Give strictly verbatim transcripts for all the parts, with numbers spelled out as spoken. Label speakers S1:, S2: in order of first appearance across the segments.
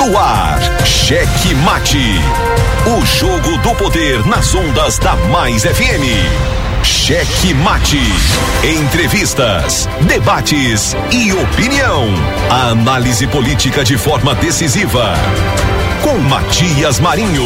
S1: No ar, Cheque Mate. O jogo do poder nas ondas da Mais F M. Cheque Mate. Entrevistas, debates e opinião. A análise política de forma decisiva. Com Matias Marinho.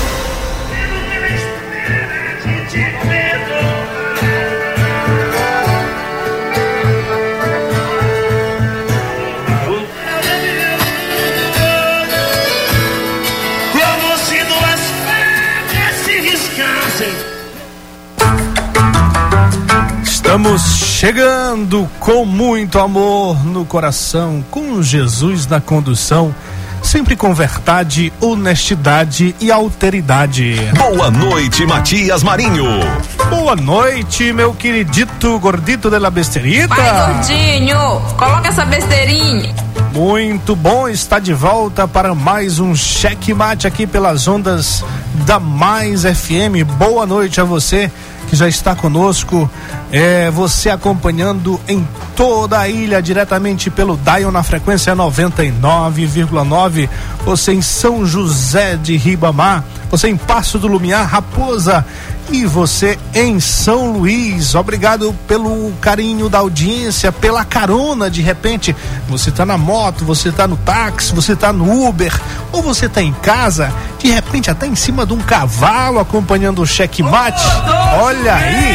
S2: Estamos chegando com muito amor no coração, com Jesus na condução, sempre com verdade, honestidade e alteridade.
S1: Boa noite, Matias Marinho.
S2: Boa noite, meu queridito gordito de la besterita.
S3: Vai, gordinho, coloca essa besteirinha.
S2: Muito bom estar de volta para mais um Cheque Mate aqui pelas ondas da Mais F M. Boa noite a você que já está conosco, é, você acompanhando em toda a ilha, diretamente pelo Dial na frequência noventa e nove vírgula nove, você em São José de Ribamar, você em Passo do Lumiar, Raposa, e você em São Luís. Obrigado pelo carinho da audiência, pela carona. De repente você está na moto, você está no táxi, você está no Uber, ou você está em casa, de repente até em cima de um cavalo acompanhando o Cheque Mate. Olha aí,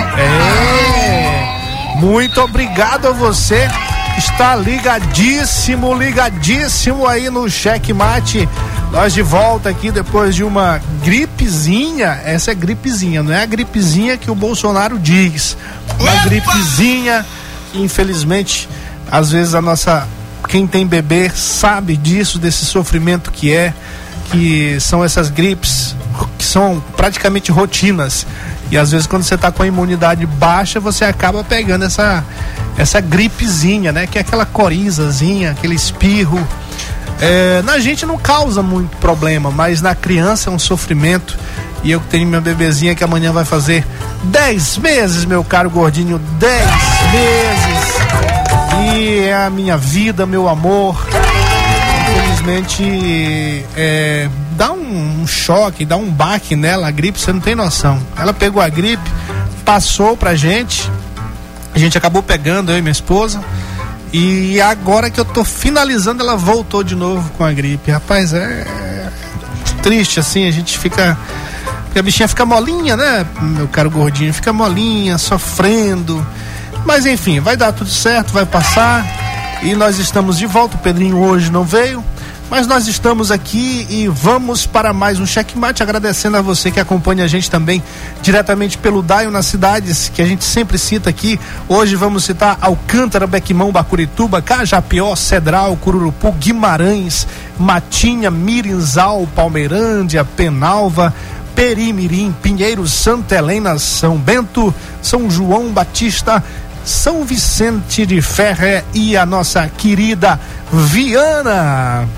S2: é, muito obrigado a você que está ligadíssimo, ligadíssimo aí no Cheque Mate. Nós de volta aqui depois de uma gripezinha. Essa é gripezinha, não é a gripezinha que o Bolsonaro diz. Uma Epa! gripezinha que, infelizmente, às vezes a nossa, quem tem bebê sabe disso, desse sofrimento que é, que são essas gripes que são praticamente rotinas. E às vezes quando você está com a imunidade baixa, você acaba pegando essa, essa gripezinha, né? Que é aquela corizazinha, aquele espirro. É, na gente não causa muito problema, mas na criança é um sofrimento. E eu tenho minha bebezinha que amanhã vai fazer dez meses, meu caro gordinho, dez meses. E é a minha vida, meu amor. Infelizmente, é, dá um, um choque, dá um baque nela, a gripe, você não tem noção. Ela pegou a gripe, passou pra gente, a gente acabou pegando, eu e minha esposa. E agora que eu tô finalizando, ela voltou de novo com a gripe. Rapaz, é triste assim, a gente fica, porque a bichinha fica molinha, né, meu caro gordinho, fica molinha, sofrendo. Mas enfim, vai dar tudo certo, vai passar. E nós estamos de volta. O Pedrinho hoje não veio, mas nós estamos aqui e vamos para mais um Cheque Mate, agradecendo a você que acompanha a gente também diretamente pelo Dial nas cidades que a gente sempre cita aqui. Hoje vamos citar Alcântara, Bequimão, Bacurituba, Cajapió, Cedral, Cururupu, Guimarães, Matinha, Mirinzal, Palmeirândia, Penalva, Perimirim, Pinheiro, Santa Helena, São Bento, São João Batista, São Vicente de Ferre e a nossa querida Viana.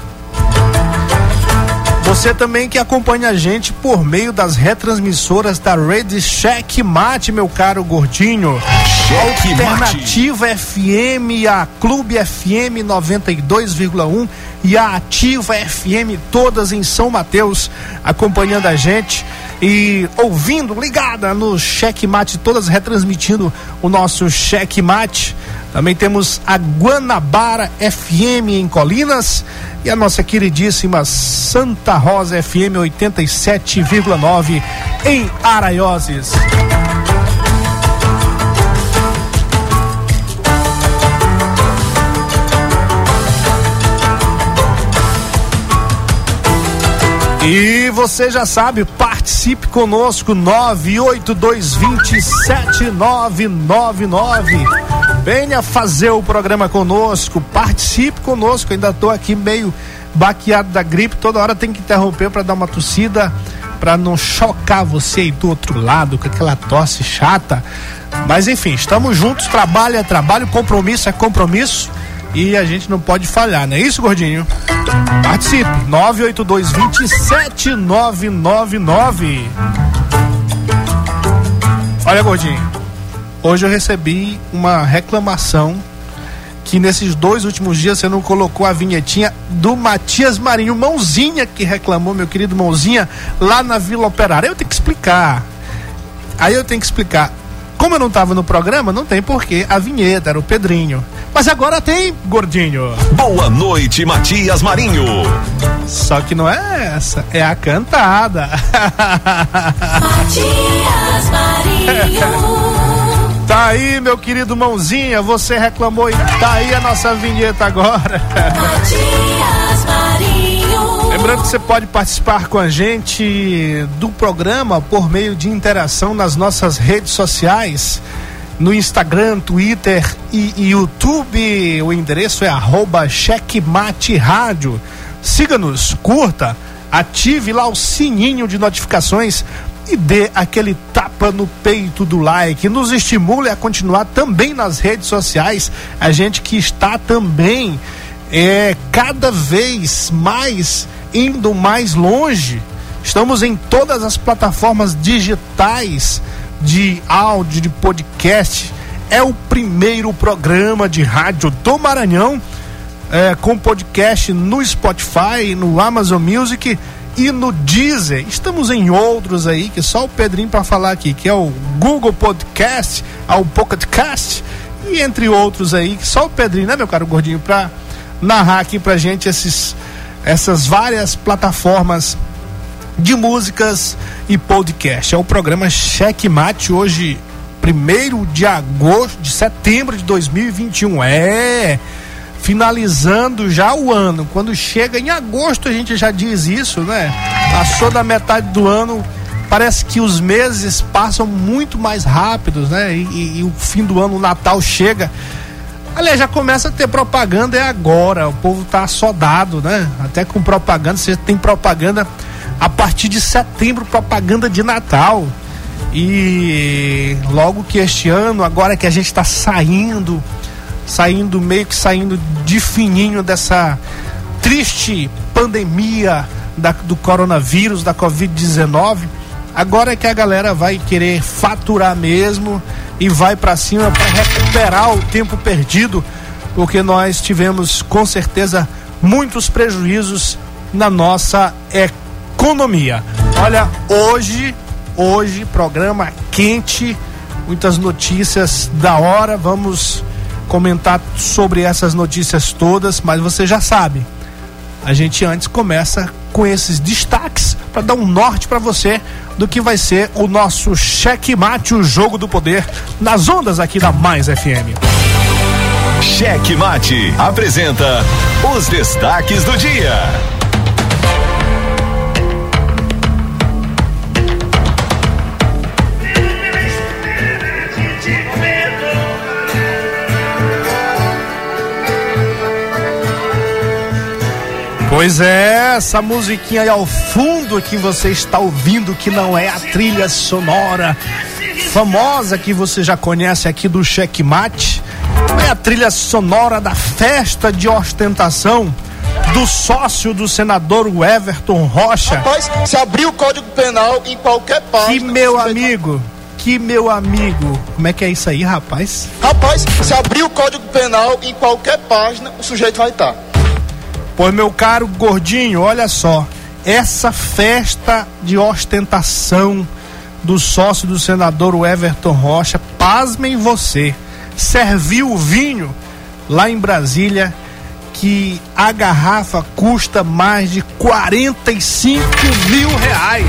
S2: Você também que acompanha a gente por meio das retransmissoras da Rede Cheque Mate, meu caro gordinho. Cheque Alternativa Mate. F M, a Clube F M noventa e dois vírgula um e a Ativa F M, todas em São Mateus, acompanhando a gente e ouvindo, ligada no Cheque Mate, todas retransmitindo o nosso Cheque Mate. Também temos a Guanabara F M em Colinas e a nossa queridíssima Santa Rosa F M oitenta e sete vírgula nove em Araioses. E você já sabe, participe conosco, nove oito dois dois sete nove nove nove. Venha fazer o programa conosco, participe conosco. Ainda estou aqui meio baqueado da gripe, toda hora tem que interromper para dar uma tossida, para não chocar você aí do outro lado com aquela tosse chata. Mas enfim, estamos juntos, trabalho é trabalho, compromisso é compromisso e a gente não pode falhar, não é isso, gordinho? Participe, nove oito dois dois sete nove nove nove. Olha, gordinho, hoje eu recebi uma reclamação que nesses dois últimos dias você não colocou a vinhetinha do Matias Marinho, Mãozinha, que reclamou, meu querido Mãozinha, lá na Vila Operária. Eu tenho que explicar. Aí eu tenho que explicar. Como eu não estava no programa, não tem porquê. A vinheta era o Pedrinho. Mas agora tem, gordinho.
S1: Boa noite, Matias Marinho.
S2: Só que não é essa, é a cantada.
S4: Matias Marinho.
S2: Tá aí, meu querido Mãozinha, você reclamou e tá aí a nossa vinheta agora.
S4: Matias Marinho.
S2: Lembrando que você pode participar com a gente do programa por meio de interação nas nossas redes sociais, no Instagram, Twitter e YouTube. O endereço é arroba Checkmate Rádio. Siga-nos, curta, ative lá o sininho de notificações e dê aquele tapa no peito do like. Nos estimule a continuar também nas redes sociais. A gente que está também é, cada vez mais indo mais longe. Estamos em todas as plataformas digitais de áudio, de podcast. É o primeiro programa de rádio do Maranhão é, com podcast no Spotify, no Amazon Music e no Deezer. Estamos em outros aí, que só o Pedrinho para falar aqui, que é o Google Podcast, o Pocket Cast e entre outros aí, que só o Pedrinho, né, meu caro gordinho, para narrar aqui pra gente esses, essas várias plataformas de músicas e podcast. É o programa Checkmate, hoje primeiro de agosto, de setembro de dois mil e vinte e um. É... finalizando já o ano. Quando chega em agosto a gente já diz isso, né? Passou da metade do ano, parece que os meses passam muito mais rápidos, né? E, e, e o fim do ano, o Natal chega. Aliás, já começa a ter propaganda, é agora. O povo tá assodado, né? Até com propaganda, você tem propaganda a partir de setembro, propaganda de Natal. E logo que este ano, agora que a gente tá saindo saindo, meio que saindo de fininho dessa triste pandemia da, do coronavírus, da covid dezenove, agora é que a galera vai querer faturar mesmo e vai pra cima para recuperar o tempo perdido, porque nós tivemos com certeza muitos prejuízos na nossa economia. Olha, hoje, hoje, programa quente, muitas notícias da hora, vamos comentar sobre essas notícias todas, mas você já sabe, a gente antes começa com esses destaques para dar um norte para você do que vai ser o nosso Checkmate, o jogo do poder, nas ondas aqui da Mais F M.
S1: Checkmate apresenta os destaques do dia.
S2: Pois é, essa musiquinha aí ao fundo que você está ouvindo, que não é a trilha sonora famosa que você já conhece aqui do Checkmate, é a trilha sonora da festa de ostentação do sócio do senador Everton Rocha.
S5: Rapaz, se abrir o Código Penal em qualquer página...
S2: Que meu amigo, que meu amigo, como é que é isso aí, rapaz?
S5: Rapaz, se abrir o Código Penal em qualquer página, o sujeito vai estar.
S2: Pois, meu caro gordinho, olha só, essa festa de ostentação do sócio do senador Everton Rocha, pasmem você, serviu o vinho lá em Brasília, que a garrafa custa mais de quarenta e cinco mil reais.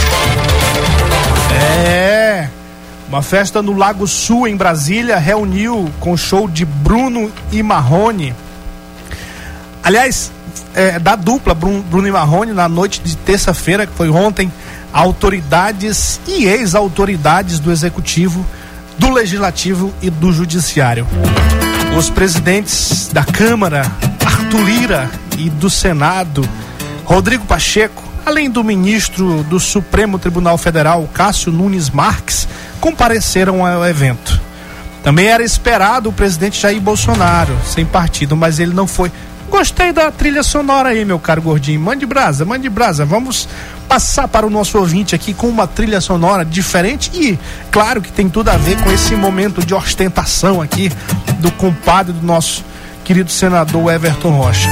S2: É, uma festa no Lago Sul, em Brasília, reuniu com show de Bruno e Marrone. Aliás, é, da dupla Bruno, Bruno e Marrone, na noite de terça-feira, que foi ontem, autoridades e ex-autoridades do Executivo, do Legislativo e do Judiciário. Os presidentes da Câmara, Arthur Lira, e do Senado, Rodrigo Pacheco, além do ministro do Supremo Tribunal Federal, Cássio Nunes Marques, compareceram ao evento. Também era esperado o presidente Jair Bolsonaro, sem partido, mas ele não foi. Gostei da trilha sonora aí, meu caro gordinho. Mande brasa, mande brasa. Vamos passar para o nosso ouvinte aqui com uma trilha sonora diferente e, claro, que tem tudo a ver com esse momento de ostentação aqui do compadre do nosso querido senador Everton Rocha.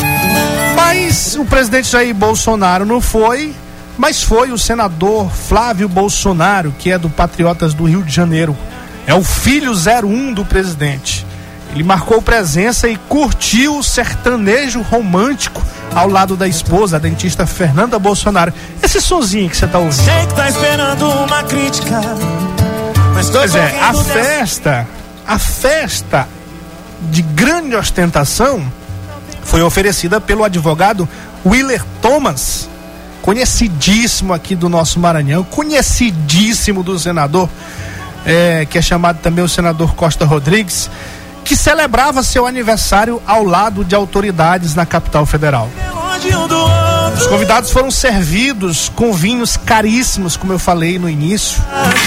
S2: Mas o presidente Jair Bolsonaro não foi, mas foi o senador Flávio Bolsonaro, que é do Patriotas do Rio de Janeiro. É o filho zero um do presidente. Ele marcou presença e curtiu o sertanejo romântico ao lado da esposa, a dentista Fernanda Bolsonaro. Esse sonzinho que você tá ouvindo.
S6: Sei que tá esperando uma crítica, mas tô
S2: Pois é, a
S6: correndo dessa-
S2: festa, a festa de grande ostentação foi oferecida pelo advogado Willer Thomas, conhecidíssimo aqui do nosso Maranhão, conhecidíssimo do senador, é, que é chamado também o senador Costa Rodrigues, que celebrava seu aniversário ao lado de autoridades na capital federal.
S6: longe um do outro.
S2: Os convidados foram servidos com vinhos caríssimos, como eu falei no início,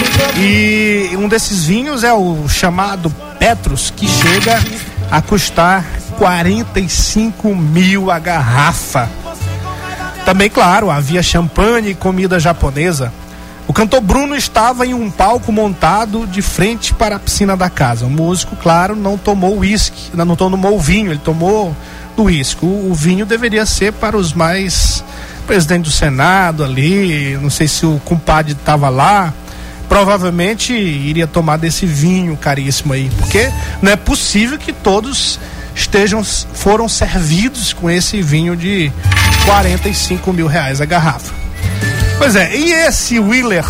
S2: e um desses vinhos é o chamado Petrus, que chega a custar quarenta e cinco mil a garrafa. Também, claro, havia champanhe e comida japonesa. O cantor Bruno estava em um palco montado de frente para a piscina da casa. O músico, claro, não tomou uísque, não tomou vinho, ele tomou do uísque. O, o vinho deveria ser para os mais... presidente do Senado ali, não sei se o compadre estava lá, provavelmente iria tomar desse vinho caríssimo aí, porque não é possível que todos estejam, foram servidos com esse vinho de quarenta e cinco mil reais a garrafa. Pois é, e esse Willer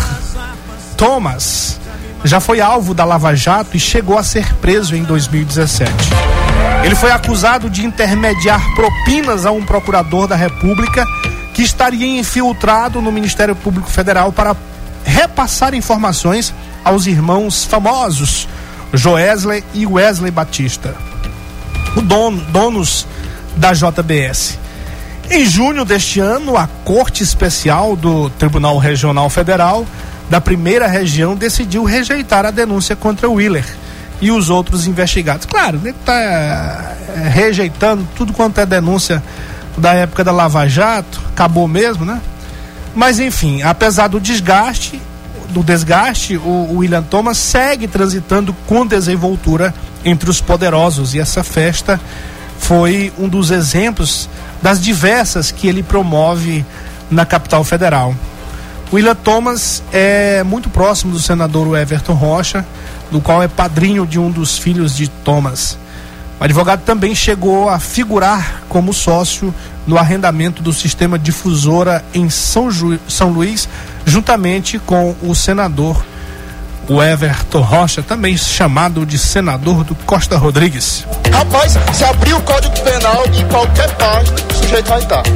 S2: Thomas já foi alvo da Lava Jato e chegou a ser preso em dois mil e dezessete. Ele foi acusado de intermediar propinas a um procurador da República que estaria infiltrado no Ministério Público Federal para repassar informações aos irmãos famosos Joesley e Wesley Batista, o dono, donos da J B S. Em junho deste ano, a Corte Especial do Tribunal Regional Federal da Primeira Região decidiu rejeitar a denúncia contra o Willer e os outros investigados. Claro, ele está é, rejeitando tudo quanto é denúncia da época da Lava Jato, acabou mesmo, né? Mas enfim, apesar do desgaste, do desgaste, o William Thomas segue transitando com desenvoltura entre os poderosos, e essa festa foi um dos exemplos das diversas que ele promove na capital federal. William Thomas é muito próximo do senador Everton Rocha, do qual é padrinho de um dos filhos de Thomas. O advogado também chegou a figurar como sócio no arrendamento do sistema difusora em São, Ju... São Luís, juntamente com o senador o Everton Rocha, também chamado de senador do Costa Rodrigues.
S5: Rapaz, se abrir o Código Penal em qualquer página, o sujeito vai estar.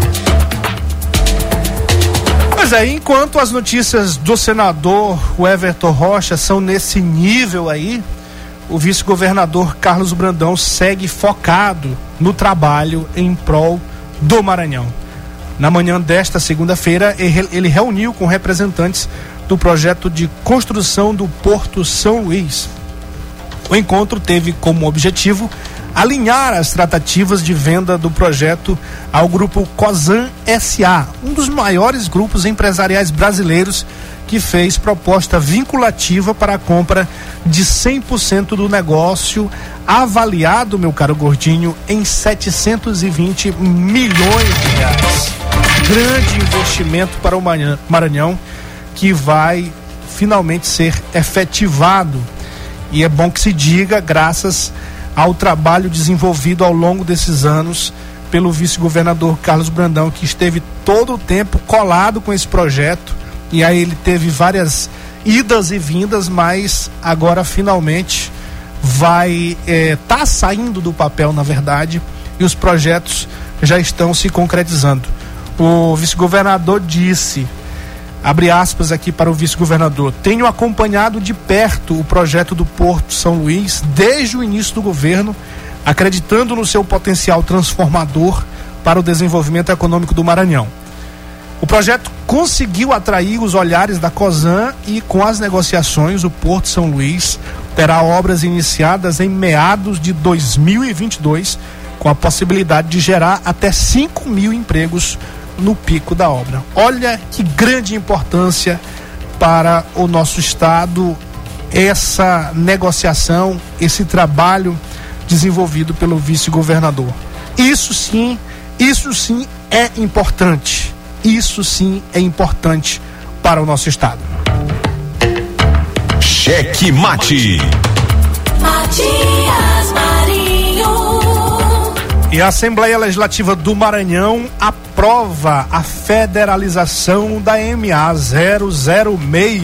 S2: Pois é, enquanto as notícias do senador o Everton Rocha são nesse nível aí, o vice-governador Carlos Brandão segue focado no trabalho em prol do Maranhão. Na manhã desta segunda-feira, ele reuniu com representantes do projeto de construção do Porto São Luís. O encontro teve como objetivo alinhar as tratativas de venda do projeto ao grupo Cosan S A, um dos maiores grupos empresariais brasileiros, que fez proposta vinculativa para a compra de cem por cento do negócio, avaliado, meu caro gordinho, em setecentos e vinte milhões de reais. Grande investimento para o Maranhão, que vai finalmente ser efetivado. E é bom que se diga, graças ao trabalho desenvolvido ao longo desses anos pelo vice-governador Carlos Brandão, que esteve todo o tempo colado com esse projeto. E aí ele teve várias idas e vindas, mas agora finalmente vai é, tá saindo do papel, na verdade, e os projetos já estão se concretizando. O vice-governador disse, abre aspas aqui para o vice-governador: tenho acompanhado de perto o projeto do Porto São Luís desde o início do governo, acreditando no seu potencial transformador para o desenvolvimento econômico do Maranhão. O projeto conseguiu atrair os olhares da Cosan e, com as negociações, o Porto São Luís terá obras iniciadas em meados de dois mil e vinte e dois, com a possibilidade de gerar até cinco mil empregos no pico da obra. Olha que grande importância para o nosso estado essa negociação, esse trabalho desenvolvido pelo vice-governador. Isso sim, isso sim é importante. Isso sim é importante para o nosso estado.
S1: Cheque Mate.
S4: Matias Marinho.
S2: E a Assembleia Legislativa do Maranhão aprova a federalização da M A zero zero seis.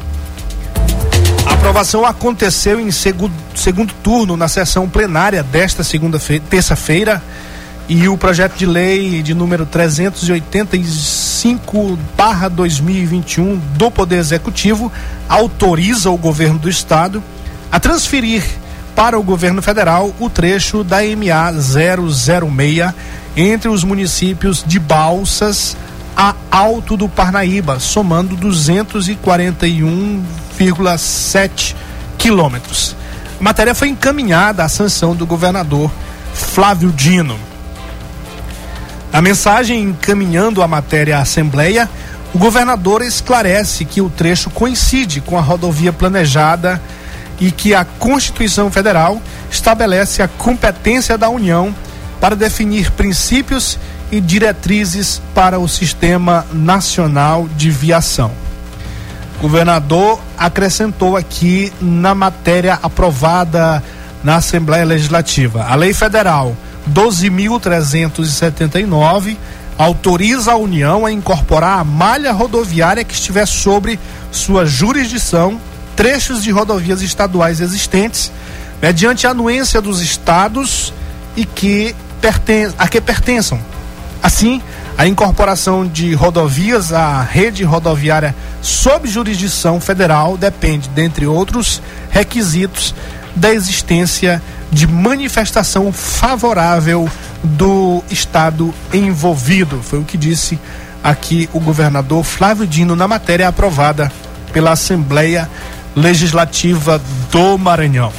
S2: A aprovação aconteceu em segundo, segundo turno na sessão plenária desta segunda-feira, terça-feira, e o projeto de lei de número trezentos e oitenta e cinco barra dois mil e vinte e um do Poder Executivo autoriza o governo do estado a transferir para o governo federal o trecho da M A zero zero seis entre os municípios de Balsas a Alto do Parnaíba, somando duzentos e quarenta e um vírgula sete quilômetros. A matéria foi encaminhada à sanção do governador Flávio Dino. A mensagem encaminhando a matéria à Assembleia, o governador esclarece que o trecho coincide com a rodovia planejada e que a Constituição Federal estabelece a competência da União para definir princípios e diretrizes para o Sistema Nacional de Viação. O governador acrescentou aqui na matéria aprovada na Assembleia Legislativa: a Lei Federal doze mil trezentos e setenta e nove autoriza a União a incorporar a malha rodoviária que estiver sobre sua jurisdição, trechos de rodovias estaduais existentes, mediante a anuência dos estados e que perten- a que pertençam. Assim, a incorporação de rodovias à rede rodoviária sob jurisdição federal depende, dentre outros requisitos, da existência de manifestação favorável do estado envolvido. Foi o que disse aqui o governador Flávio Dino na matéria aprovada pela Assembleia Legislativa do Maranhão.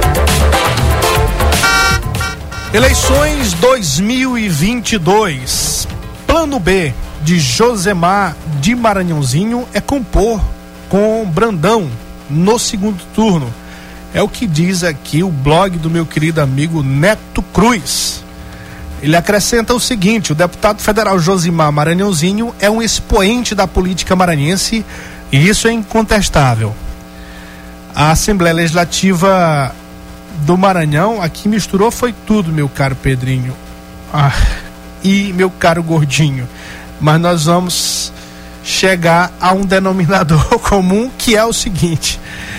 S2: Eleições dois mil e vinte e dois. Plano B de Josemar de Maranhãozinho é compor com Brandão no segundo turno. É o que diz aqui o blog do meu querido amigo Neto Cruz. Ele acrescenta o seguinte: o deputado federal Josemar Maranhãozinho é um expoente da política maranhense e isso é incontestável. A Assembleia Legislativa do Maranhão aqui misturou foi tudo, meu caro Pedrinho, ah, e meu caro Gordinho, mas nós vamos chegar a um denominador comum, que é o seguinte.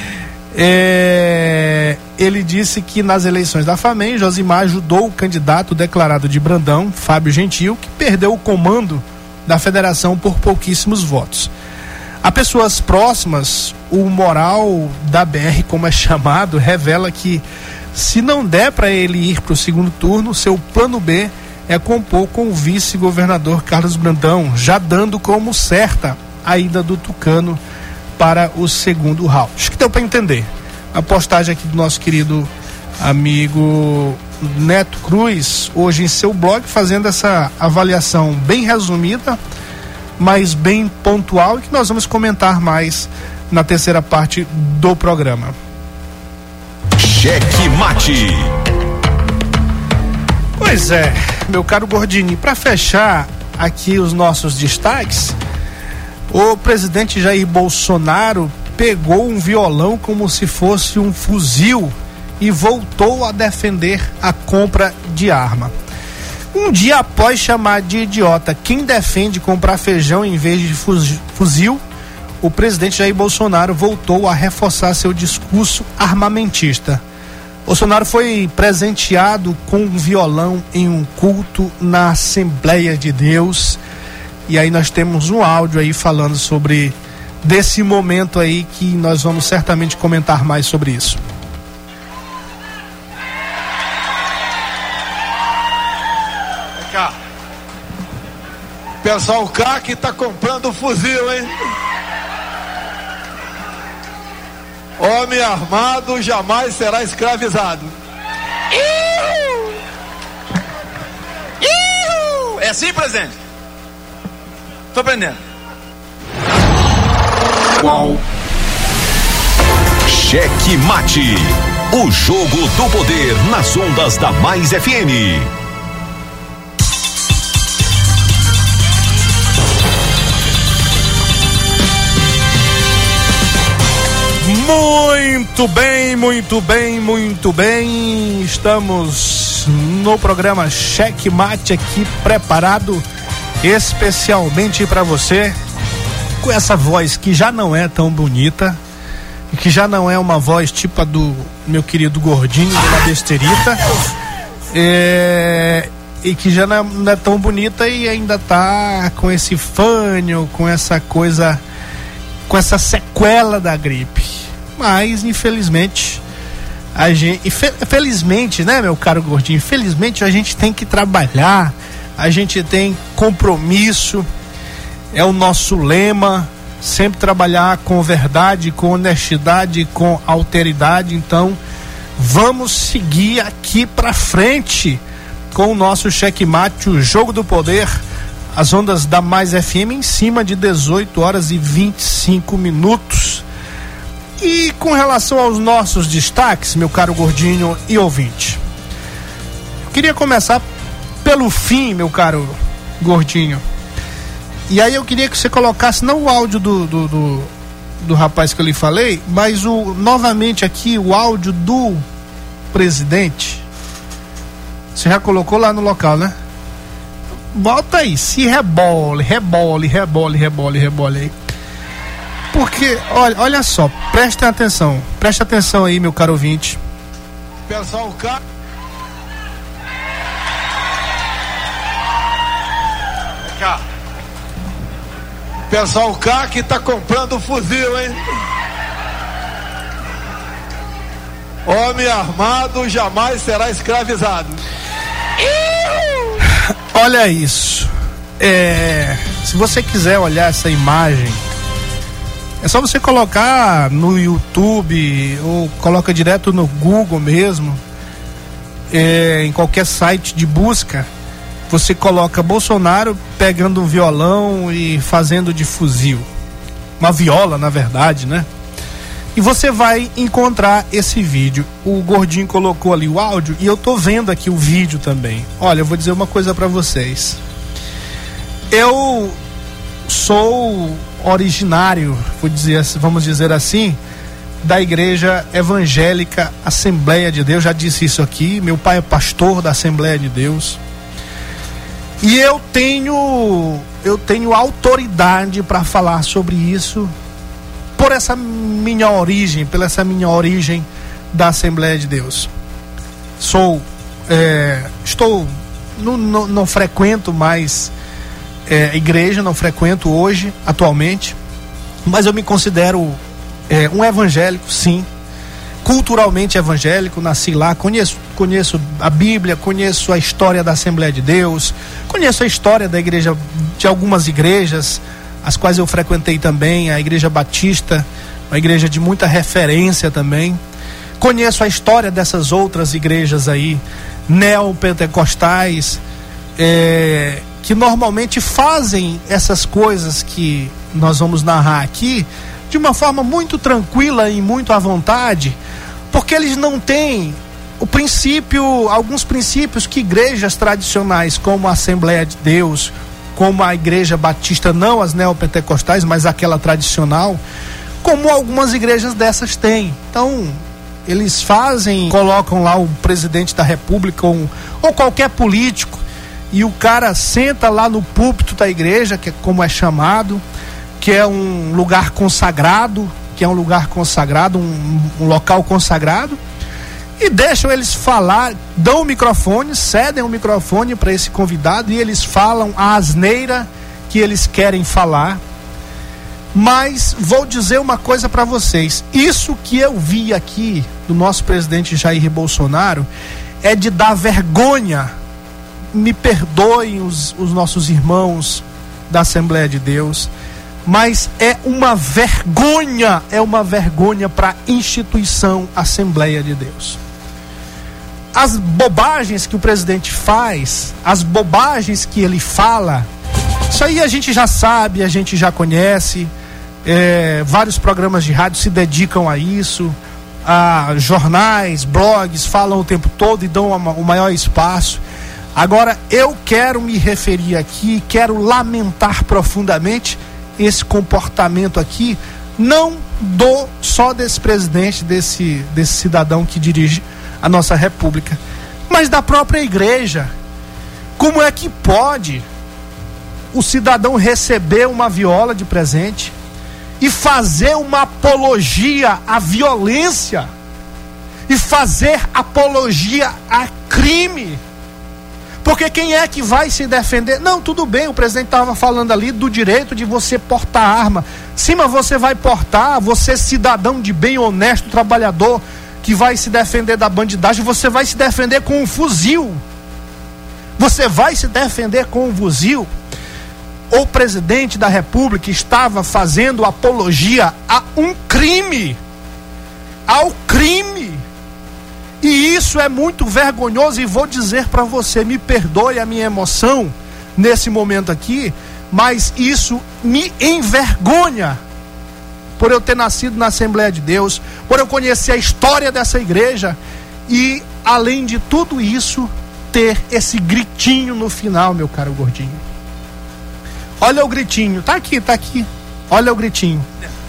S2: É, ele disse que nas eleições da FAMEM, Josemar ajudou o candidato declarado de Brandão, Fábio Gentil, que perdeu o comando da federação por pouquíssimos votos. A pessoas próximas, o moral da B R, como é chamado, revela que se não der para ele ir para o segundo turno, seu plano B é compor com o vice-governador Carlos Brandão, já dando como certa a ida do Tucano para o segundo round. Acho que deu para entender. A postagem aqui do nosso querido amigo Neto Cruz, hoje em seu blog, fazendo essa avaliação bem resumida, mas bem pontual, e que nós vamos comentar mais na terceira parte do programa.
S1: Cheque Mate.
S2: Pois é, meu caro Gordini, para fechar aqui os nossos destaques, o presidente Jair Bolsonaro pegou um violão como se fosse um fuzil e voltou a defender a compra de arma. Um dia após chamar de idiota quem defende comprar feijão em vez de fuzil, o presidente Jair Bolsonaro voltou a reforçar seu discurso armamentista. Bolsonaro foi presenteado com um violão em um culto na Assembleia de Deus. E aí nós temos um áudio aí falando sobre desse momento aí, que nós vamos certamente comentar mais sobre isso.
S7: Cá. Pessoal, o C A C tá comprando fuzil, hein? Homem armado jamais será escravizado.
S8: Iu! Iu! É assim, presidente? Tô aprendendo.
S1: Cheque Mate. O Jogo do Poder nas ondas da Mais F M.
S2: Muito bem, muito bem, muito bem. Estamos no programa Cheque Mate aqui preparado especialmente para você, com essa voz que já não é tão bonita e que já não é uma voz tipo a do meu querido gordinho da Besterita, é, e que já não é, não é tão bonita e ainda tá com esse fânio, com essa coisa, com essa sequela da gripe. Mas infelizmente a gente, felizmente, né, meu caro gordinho, infelizmente a gente tem que trabalhar, a gente tem compromisso, é o nosso lema, sempre trabalhar com verdade, com honestidade, com alteridade. Então vamos seguir aqui pra frente com o nosso checkmate, o Jogo do Poder, as ondas da Mais F M, em cima de dezoito horas e vinte e cinco minutos. E com relação aos nossos destaques, meu caro gordinho e ouvinte, eu queria começar pelo fim, meu caro gordinho. E aí eu queria que você colocasse não o áudio do, do, do, do rapaz que eu lhe falei, mas o, novamente aqui o áudio do presidente. Você já colocou lá no local, né? Volta aí, se rebole, rebole, rebole, rebole, rebole aí. Porque, olha, olha só, prestem atenção, preste atenção aí, meu caro ouvinte.
S7: Pessoal, o cara. Cá. Pessoal, o cara que tá comprando fuzil, hein? Homem armado jamais será escravizado.
S2: Olha isso. É, se você quiser olhar essa imagem, é só você colocar no YouTube ou coloca direto no Google mesmo, é, em qualquer site de busca. Você coloca Bolsonaro pegando um violão e fazendo de fuzil, uma viola na verdade, né? E você vai encontrar esse vídeo. O gordinho colocou ali o áudio e eu tô vendo aqui o vídeo também. Olha, eu vou dizer uma coisa pra vocês. Eu sou originário, vou dizer, vamos dizer assim, da Igreja Evangélica Assembleia de Deus. Já disse isso aqui. Meu pai é pastor da Assembleia de Deus. E eu tenho eu tenho autoridade para falar sobre isso por essa minha origem, pela essa minha origem da Assembleia de Deus. Sou, é, estou, não, não, não frequento mais é, igreja, não frequento hoje, atualmente, mas eu me considero é, um evangélico, sim, culturalmente evangélico, nasci lá, conheço, conheço a Bíblia, conheço a história da Assembleia de Deus, conheço a história da igreja, de algumas igrejas, as quais eu frequentei também, a Igreja Batista, uma igreja de muita referência também. Conheço a história dessas outras igrejas aí, neopentecostais, é, que normalmente fazem essas coisas que nós vamos narrar aqui de uma forma muito tranquila e muito à vontade, porque eles não têm o princípio, alguns princípios que igrejas tradicionais como a Assembleia de Deus, como a Igreja Batista, não as neopentecostais, mas aquela tradicional, como algumas igrejas dessas têm. Então, eles fazem, colocam lá o presidente da República ou, ou qualquer político, e o cara senta lá no púlpito da igreja, que é como é chamado, que é um lugar consagrado, que é um lugar consagrado, um, um local consagrado, e deixam eles falar, dão o microfone, cedem o microfone para esse convidado e eles falam a asneira que eles querem falar. Mas vou dizer uma coisa para vocês, isso que eu vi aqui do nosso presidente Jair Bolsonaro é de dar vergonha. Me perdoem os, os nossos irmãos da Assembleia de Deus, mas é uma vergonha, é uma vergonha para a instituição Assembleia de Deus. As bobagens que o presidente faz, as bobagens que ele fala, isso aí a gente já sabe, a gente já conhece, é, vários programas de rádio se dedicam a isso, ah, jornais, blogs falam o tempo todo e dão o maior espaço. Agora, eu quero me referir aqui, quero lamentar profundamente esse comportamento aqui, não do só desse presidente, desse, desse cidadão que dirige a nossa república, mas da própria igreja. Como é que pode o cidadão receber uma viola de presente e fazer uma apologia à violência e fazer apologia a crime? Porque quem é que vai se defender? Não, tudo bem, o presidente estava falando ali do direito de você portar arma. Sim, mas você vai portar, você cidadão de bem, honesto, trabalhador, que vai se defender da bandidagem, você vai se defender com um fuzil. Você vai se defender com um fuzil. O presidente da República estava fazendo apologia a um crime. Ao crime. E isso é muito vergonhoso, e vou dizer para você, me perdoe a minha emoção nesse momento aqui, mas isso me envergonha por eu ter nascido na Assembleia de Deus, por eu conhecer a história dessa igreja e, além de tudo isso, ter esse gritinho no final, meu caro gordinho. Olha o gritinho, tá aqui, tá aqui. Olha o gritinho.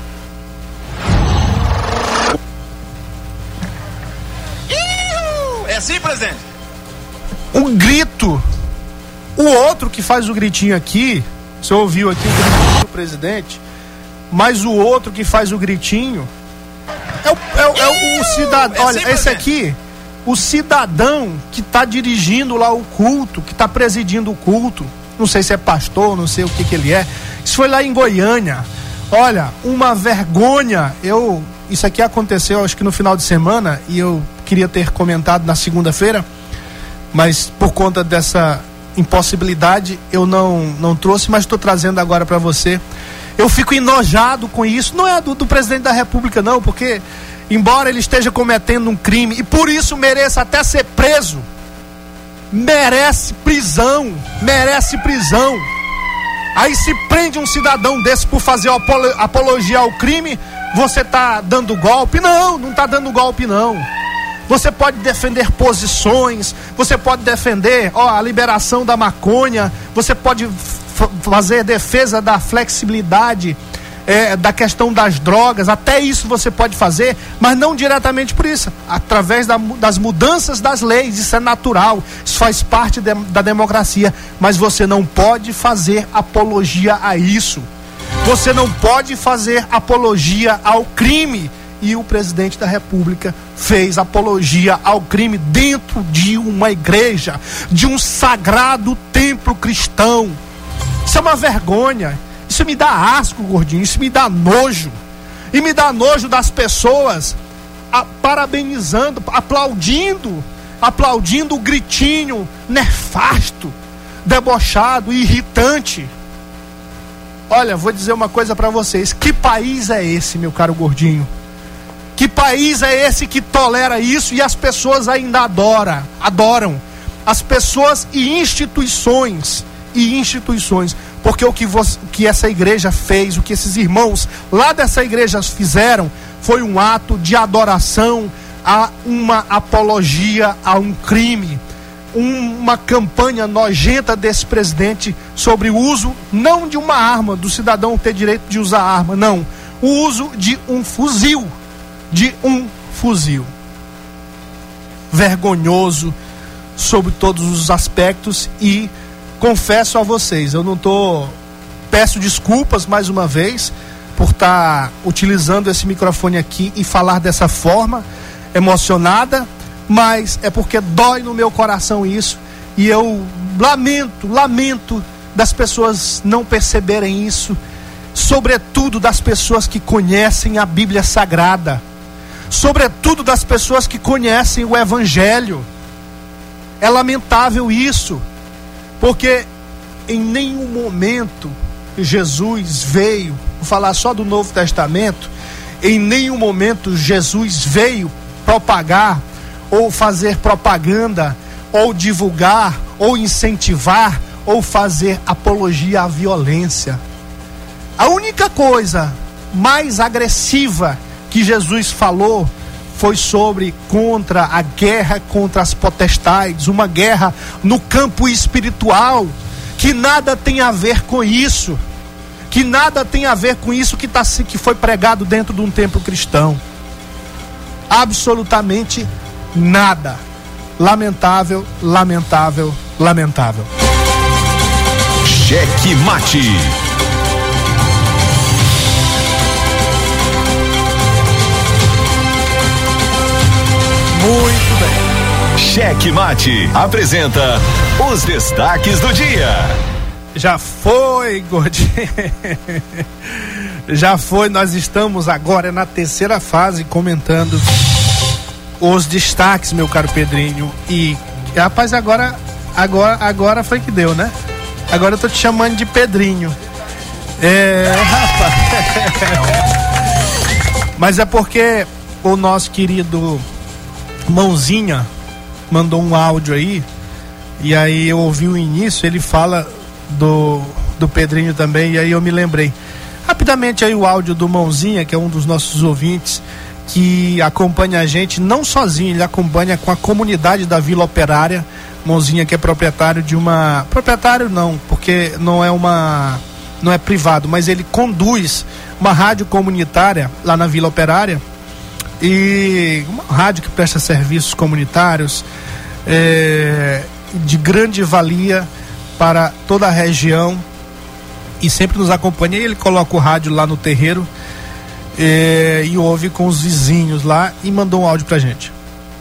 S8: É assim, presidente?
S2: Um grito. O outro que faz o gritinho aqui, você ouviu aqui o gritinho do presidente, mas o outro que faz o gritinho é o, é o, é o cidadão.
S8: É
S2: olha,
S8: assim,
S2: esse aqui, o cidadão que está dirigindo lá o culto, que está presidindo o culto, não sei se é pastor, não sei o que que ele é. Isso foi lá em Goiânia. Olha, uma vergonha. Eu, isso aqui aconteceu acho que no final de semana, e eu queria ter comentado na segunda-feira, mas por conta dessa impossibilidade eu não, não trouxe, mas estou trazendo agora para você. Eu fico enojado com isso. Não é do, do presidente da República não, porque embora ele esteja cometendo um crime e por isso mereça até ser preso, merece prisão, merece prisão. Aí se prende um cidadão desse por fazer apologia ao crime, você está dando golpe? Não, não está dando golpe não. Você pode defender posições, você pode defender ó, a liberação da maconha, você pode f- fazer defesa da flexibilidade é, da questão das drogas, até isso você pode fazer, mas não diretamente por isso, através da, das mudanças das leis. Isso é natural, isso faz parte de, da democracia, mas você não pode fazer apologia a isso, você não pode fazer apologia ao crime. E o presidente da República fez apologia ao crime dentro de uma igreja, de um sagrado templo cristão. Isso é uma vergonha. Isso me dá asco, gordinho. Isso me dá nojo. E me dá nojo das pessoas a, parabenizando, aplaudindo, aplaudindo o gritinho nefasto, debochado e irritante. Olha, vou dizer uma coisa para vocês. Que país é esse, meu caro gordinho? Que país é esse que tolera isso e as pessoas ainda adoram, adoram. As pessoas e instituições, e instituições, porque o que, você, o que essa igreja fez, o que esses irmãos lá dessa igreja fizeram, foi um ato de adoração a uma apologia a um crime, uma campanha nojenta desse presidente sobre o uso, não de uma arma, do cidadão ter direito de usar arma, não, o uso de um fuzil, de um fuzil. Vergonhoso sobre todos os aspectos. E confesso a vocês, eu não tô, peço desculpas mais uma vez por estar tá utilizando esse microfone aqui e falar dessa forma emocionada, mas é porque dói no meu coração isso, e eu lamento, lamento das pessoas não perceberem isso, sobretudo das pessoas que conhecem a Bíblia Sagrada, sobretudo das pessoas que conhecem o Evangelho. É lamentável isso, porque em nenhum momento Jesus veio, vou falar só do Novo Testamento, em nenhum momento Jesus veio propagar, ou fazer propaganda, ou divulgar, ou incentivar, ou fazer apologia à violência. A única coisa mais agressiva que Jesus falou foi sobre contra a guerra contra as potestades, uma guerra no campo espiritual, que nada tem a ver com isso, que nada tem a ver com isso que, tá, que foi pregado dentro de um templo cristão. Absolutamente nada. Lamentável, lamentável, lamentável.
S1: Cheque Mate.
S2: Muito bem.
S1: Cheque Mate apresenta os destaques do dia.
S2: Já foi, Gordinho. Já foi, nós estamos agora na terceira fase comentando os destaques, meu caro Pedrinho. E, rapaz, agora, agora, agora foi que deu, né? Agora eu tô te chamando de Pedrinho. É, rapaz. Mas é porque o nosso querido Mãozinha mandou um áudio aí, e aí eu ouvi o início, ele fala do, do Pedrinho também, e aí eu me lembrei. Rapidamente aí o áudio do Mãozinha, que é um dos nossos ouvintes, que acompanha a gente, não sozinho, ele acompanha com a comunidade da Vila Operária. Mãozinha, que é proprietário de uma... Proprietário não, porque não é uma... Não é privado, mas ele conduz uma rádio comunitária lá na Vila Operária, e uma rádio que presta serviços comunitários é, de grande valia para toda a região, e sempre nos acompanha. E ele coloca o rádio lá no terreiro é, e ouve com os vizinhos lá, e mandou um áudio pra gente.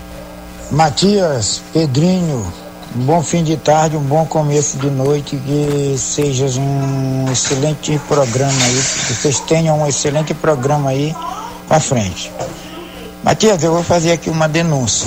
S9: Matias, Pedrinho, um bom fim de tarde, um bom começo de noite, que seja um excelente programa aí, que vocês tenham um excelente programa aí pra frente. Matias, eu vou fazer aqui uma denúncia.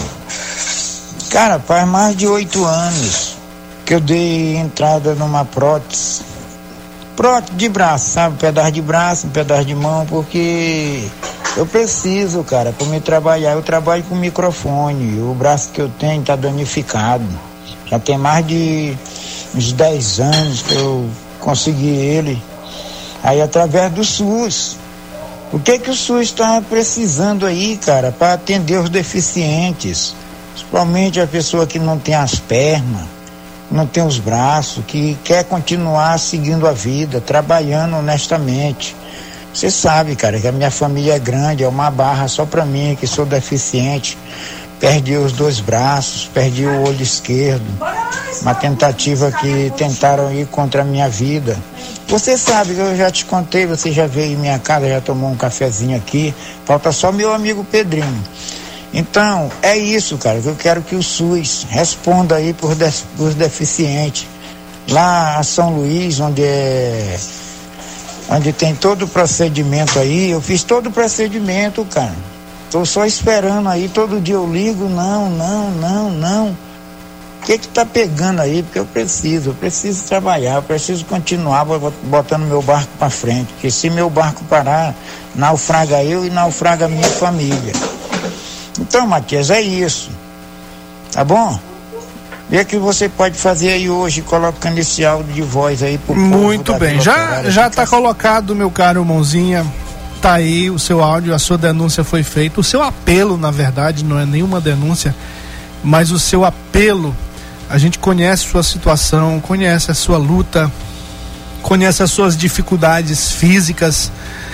S9: Cara, faz mais de oito anos que eu dei entrada numa prótese, prótese de braço, sabe? Um pedaço de braço, um pedaço de mão, porque eu preciso, cara, para me trabalhar. Eu trabalho com microfone, o braço que eu tenho tá danificado. Já tem mais de uns dez anos que eu consegui ele, aí através do SUS. O que que o SUS está precisando aí, cara, para atender os deficientes? Principalmente a pessoa que não tem as pernas, não tem os braços, que quer continuar seguindo a vida, trabalhando honestamente. Você sabe, cara, que a minha família é grande, é uma barra só para mim, que sou deficiente. Perdi os dois braços, perdi o olho esquerdo. Uma tentativa que tentaram ir contra a minha vida. Você sabe que eu já te contei, você já veio em minha casa, já tomou um cafezinho aqui. Falta só meu amigo Pedrinho. Então, é isso, cara, que eu quero que o SUS responda aí por de, os deficientes. Lá a São Luís, onde é... onde tem todo o procedimento aí, eu fiz todo o procedimento, cara. Tô só esperando aí, todo dia eu ligo, não, não, não, não. O que que tá pegando aí? Porque eu preciso, eu preciso trabalhar, eu preciso continuar botando meu barco para frente, porque se meu barco parar, naufraga eu e naufraga a minha família. Então, Matias, é isso, tá bom? Vê o que você pode fazer aí hoje, colocando esse áudio de voz aí pro povo.
S2: Muito bem, já, já tá colocado, meu caro Mãozinha. Tá aí o seu áudio, a sua denúncia foi feita, o seu apelo, na verdade, não é nenhuma denúncia, mas o seu apelo. A gente conhece sua situação, conhece a sua luta, conhece as suas dificuldades físicas,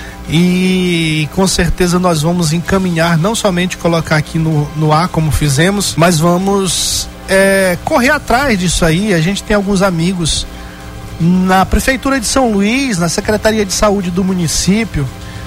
S2: e com certeza nós vamos encaminhar, não somente colocar aqui no, no ar como fizemos, mas vamos é, correr atrás disso aí. A gente tem alguns amigos na Prefeitura de São Luís, na Secretaria de Saúde do município.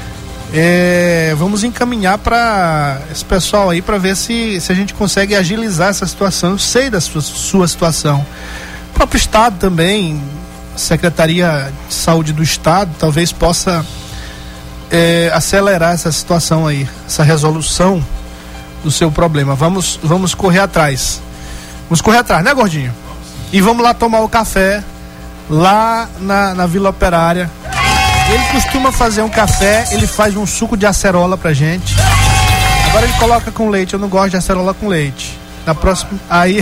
S2: É, vamos encaminhar para esse pessoal aí para ver se, se a gente consegue agilizar essa situação. Eu sei da sua, sua situação. O próprio Estado também, Secretaria de Saúde do Estado, talvez possa é, acelerar essa situação aí, essa resolução do seu problema. Vamos, vamos correr atrás. Vamos correr atrás, né, Gordinho? E vamos lá tomar o café lá na, na Vila Operária. Ele costuma fazer um café, ele faz um suco de acerola pra gente. Agora ele coloca com leite, eu não gosto de acerola com leite. Na próxima, aí...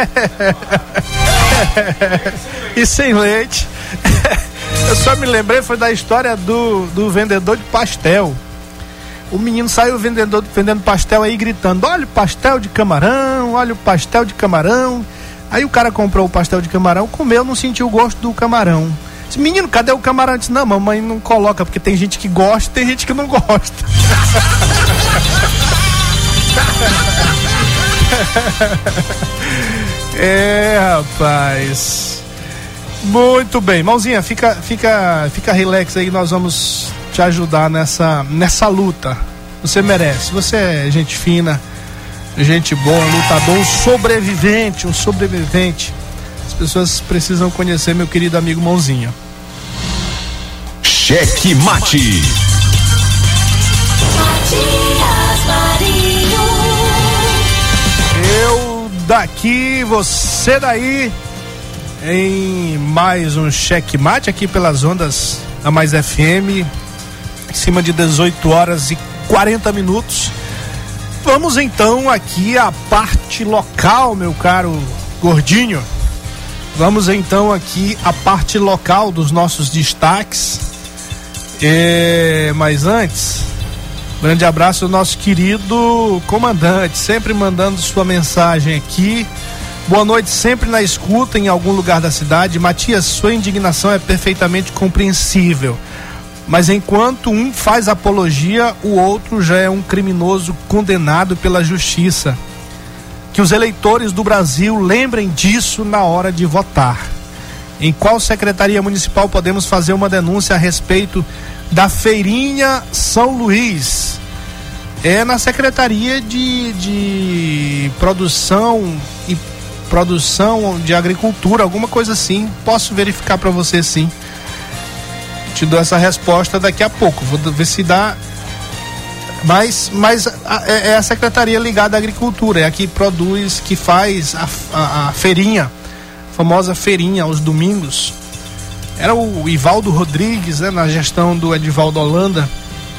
S2: e sem leite. Eu só me lembrei, foi da história do, do vendedor de pastel. O menino saiu vendendo, vendendo pastel aí, gritando: olha o pastel de camarão, olha o pastel de camarão. Aí o cara comprou o pastel de camarão, comeu, não sentiu o gosto do camarão. Disse: menino, cadê o camarão? Eu disse: não, mamãe não coloca, porque tem gente que gosta e tem gente que não gosta. É, rapaz. Muito bem, Mãozinha, fica, fica, fica relax aí, nós vamos te ajudar nessa, nessa luta. Você merece, você é gente fina, gente boa, lutador, um sobrevivente, um sobrevivente. As pessoas precisam conhecer meu querido amigo Mãozinha.
S1: Cheque Mate.
S2: Eu daqui, você daí, em mais um Cheque Mate aqui pelas ondas da Mais F M, em cima de dezoito horas e quarenta minutos. Vamos então aqui à parte local, meu caro Gordinho. Vamos então aqui à parte local dos nossos destaques. É, mas antes, grande abraço ao nosso querido comandante, sempre mandando sua mensagem aqui. Boa noite, sempre na escuta em algum lugar da cidade. Matias, sua indignação é perfeitamente compreensível, mas enquanto um faz apologia, o outro já é um criminoso condenado pela justiça. Que os eleitores do Brasil lembrem disso na hora de votar. Em qual secretaria municipal podemos fazer uma denúncia a respeito da Feirinha São Luís? É na Secretaria de, de Produção e Produção de Agricultura, alguma coisa assim. Posso verificar para você, sim. Te dou essa resposta daqui a pouco. Vou ver se dá. Mas, mas a, é a secretaria ligada à agricultura, é a que produz, que faz a, a, a feirinha, a famosa feirinha aos domingos. Era o Ivaldo Rodrigues, né, na gestão do Edivaldo Holanda.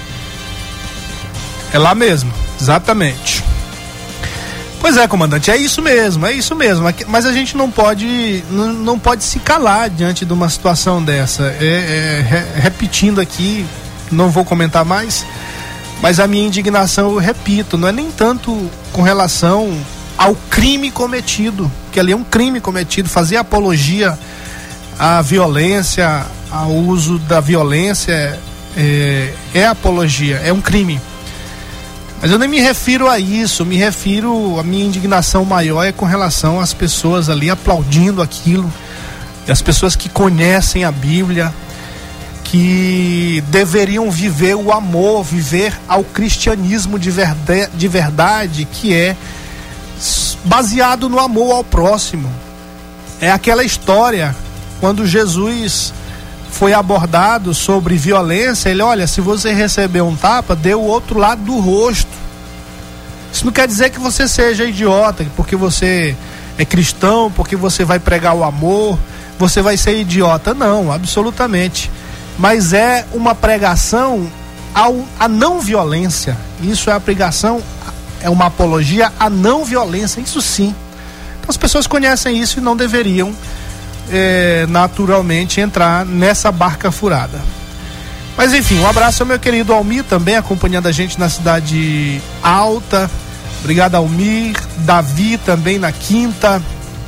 S2: É lá mesmo, exatamente. Pois é, comandante, é isso mesmo, é isso mesmo. Mas a gente não pode, não, não pode se calar diante de uma situação dessa. É, é, repetindo aqui, não vou comentar mais, mas a minha indignação, eu repito, não é nem tanto com relação ao crime cometido, que ali é um crime cometido, fazer apologia à violência, ao uso da violência, é, é apologia, é um crime. Mas eu nem me refiro a isso, me refiro, a minha indignação maior é com relação às pessoas ali aplaudindo aquilo, as pessoas que conhecem a Bíblia, que deveriam viver o amor, viver ao cristianismo de verdade, de verdade, que é baseado no amor ao próximo. É aquela história, quando Jesus foi abordado sobre violência, ele: olha, se você receber um tapa, dê o outro lado do rosto. Isso não quer dizer que você seja idiota, porque você é cristão, porque você vai pregar o amor, você vai ser idiota. Não, absolutamente. Mas é uma pregação ao, à não violência. Isso é a pregação, é uma apologia à não violência, isso sim. Então as pessoas conhecem isso e não deveriam É, naturalmente entrar nessa barca furada. Mas enfim, um abraço ao meu querido Almir, também acompanhando a gente na Cidade Alta. Obrigado, Almir. Davi também na Quinta.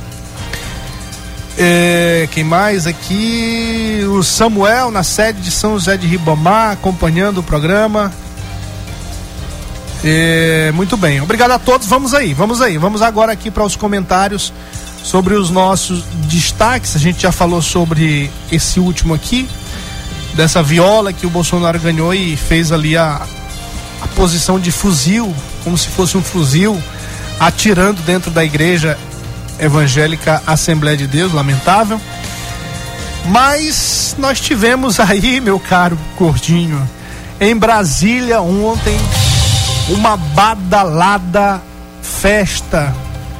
S2: É, quem mais aqui? O Samuel na sede de São José de Ribamar, acompanhando o programa. É, muito bem, obrigado a todos. Vamos aí, vamos aí, vamos agora aqui para os comentários sobre os nossos destaques. A gente já falou sobre esse último aqui, dessa viola que o Bolsonaro ganhou e fez ali a, a posição de fuzil, como se fosse um fuzil, atirando dentro da igreja evangélica Assembleia de Deus, lamentável. Mas nós tivemos aí, meu caro Gordinho, em Brasília ontem, uma badalada festa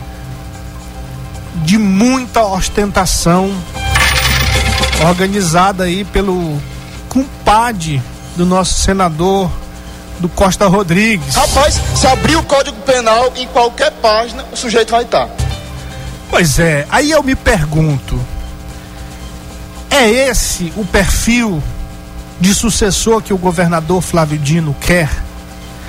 S2: de muita ostentação, organizada aí pelo compadre do nosso senador, do Costa Rodrigues.
S5: Rapaz, se abrir o Código Penal em qualquer página, o sujeito vai estar.
S2: Pois é, aí eu me pergunto, é esse o perfil de sucessor que o governador Flávio Dino quer?